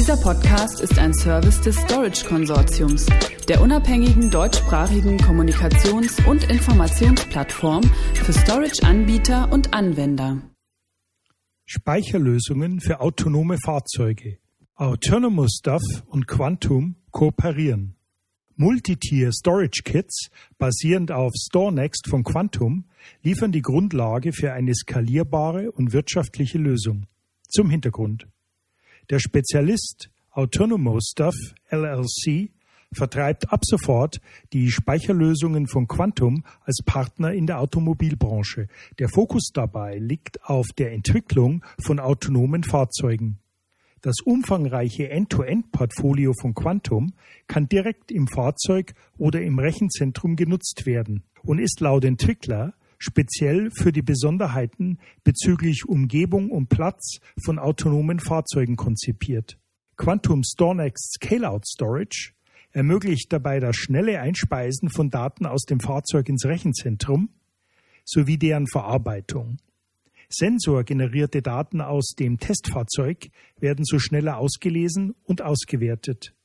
Dieser Podcast ist ein Service des Storage-Konsortiums, der unabhängigen deutschsprachigen Kommunikations- und Informationsplattform für Storage-Anbieter und Anwender. Speicherlösungen für autonome Fahrzeuge. Autonomous Stuff und Quantum kooperieren. Multi-Tier Storage Kits basierend auf StorNext von Quantum liefern die Grundlage für eine skalierbare und wirtschaftliche Lösung. Zum Hintergrund. Der Spezialist Autonomous Stuff LLC vertreibt ab sofort die Speicherlösungen von Quantum als Partner in der Automobilbranche. Der Fokus dabei liegt auf der Entwicklung von autonomen Fahrzeugen. Das umfangreiche End-to-End-Portfolio von Quantum kann direkt im Fahrzeug oder im Rechenzentrum genutzt werden und ist laut Entwickler speziell für die Besonderheiten bezüglich Umgebung und Platz von autonomen Fahrzeugen konzipiert. Quantum StorNext Scale-Out Storage ermöglicht dabei das schnelle Einspeisen von Daten aus dem Fahrzeug ins Rechenzentrum sowie deren Verarbeitung. Sensorgenerierte Daten aus dem Testfahrzeug werden so schneller ausgelesen und ausgewertet.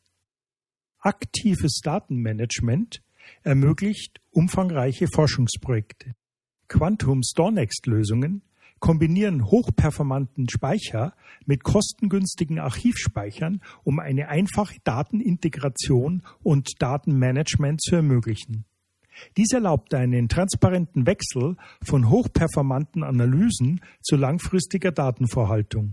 Aktives Datenmanagement ermöglicht umfangreiche Forschungsprojekte. Quantum StorNext-Lösungen kombinieren hochperformanten Speicher mit kostengünstigen Archivspeichern, um eine einfache Datenintegration und Datenmanagement zu ermöglichen. Dies erlaubt einen transparenten Wechsel von hochperformanten Analysen zu langfristiger Datenvorhaltung.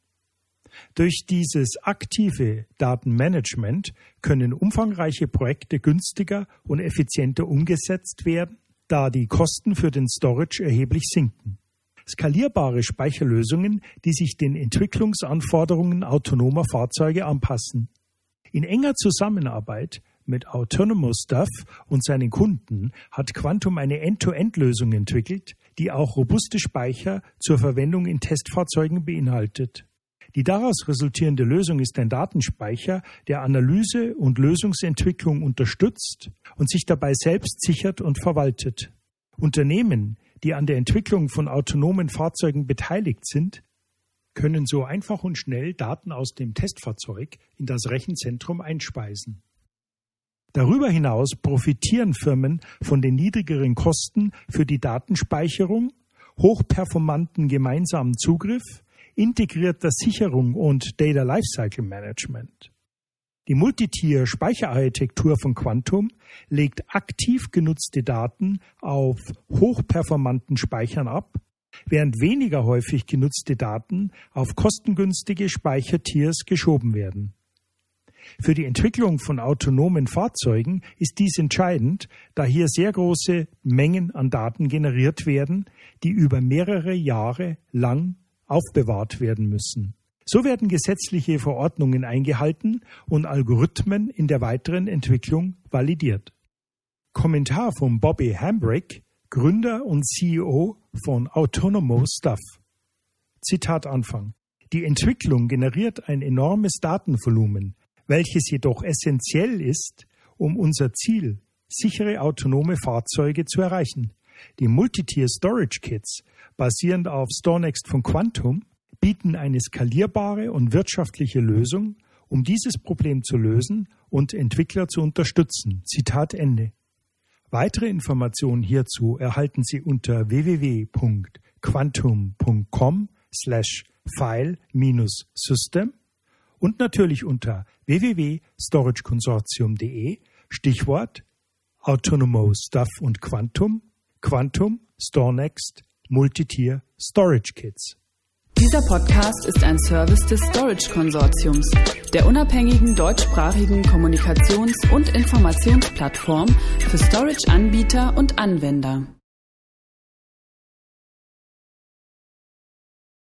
Durch dieses aktive Datenmanagement können umfangreiche Projekte günstiger und effizienter umgesetzt werden, da die Kosten für den Storage erheblich sinken. Skalierbare Speicherlösungen, die sich den Entwicklungsanforderungen autonomer Fahrzeuge anpassen. In enger Zusammenarbeit mit Autonomous Stuff und seinen Kunden hat Quantum eine End-to-End-Lösung entwickelt, die auch robuste Speicher zur Verwendung in Testfahrzeugen beinhaltet. Die daraus resultierende Lösung ist ein Datenspeicher, der Analyse und Lösungsentwicklung unterstützt und sich dabei selbst sichert und verwaltet. Unternehmen, die an der Entwicklung von autonomen Fahrzeugen beteiligt sind, können so einfach und schnell Daten aus dem Testfahrzeug in das Rechenzentrum einspeisen. Darüber hinaus profitieren Firmen von den niedrigeren Kosten für die Datenspeicherung, hochperformanten gemeinsamen Zugriff, integrierter Sicherung und Data Lifecycle Management. Die Multi-Tier-Speicherarchitektur von Quantum legt aktiv genutzte Daten auf hochperformanten Speichern ab, während weniger häufig genutzte Daten auf kostengünstige Speichertiers geschoben werden. Für die Entwicklung von autonomen Fahrzeugen ist dies entscheidend, da hier sehr große Mengen an Daten generiert werden, die über mehrere Jahre lang aufbewahrt werden müssen. So werden gesetzliche Verordnungen eingehalten und Algorithmen in der weiteren Entwicklung validiert. Kommentar von Bobby Hambrick, Gründer und CEO von Autonomous Stuff. Zitat Anfang. Die Entwicklung generiert ein enormes Datenvolumen, welches jedoch essentiell ist, um unser Ziel, sichere autonome Fahrzeuge zu erreichen. Die Multi-Tier Storage Kits, basierend auf StorNext von Quantum, bieten eine skalierbare und wirtschaftliche Lösung, um dieses Problem zu lösen und Entwickler zu unterstützen. Zitat Ende. Weitere Informationen hierzu erhalten Sie unter www.quantum.com/file-system und natürlich unter www.storageconsortium.de, Stichwort Autonomous Stuff und Quantum, Quantum, StorNext, Multi-Tier Storage Kits. Dieser Podcast ist ein Service des Storage-Konsortiums, der unabhängigen deutschsprachigen Kommunikations- und Informationsplattform für Storage-Anbieter und Anwender.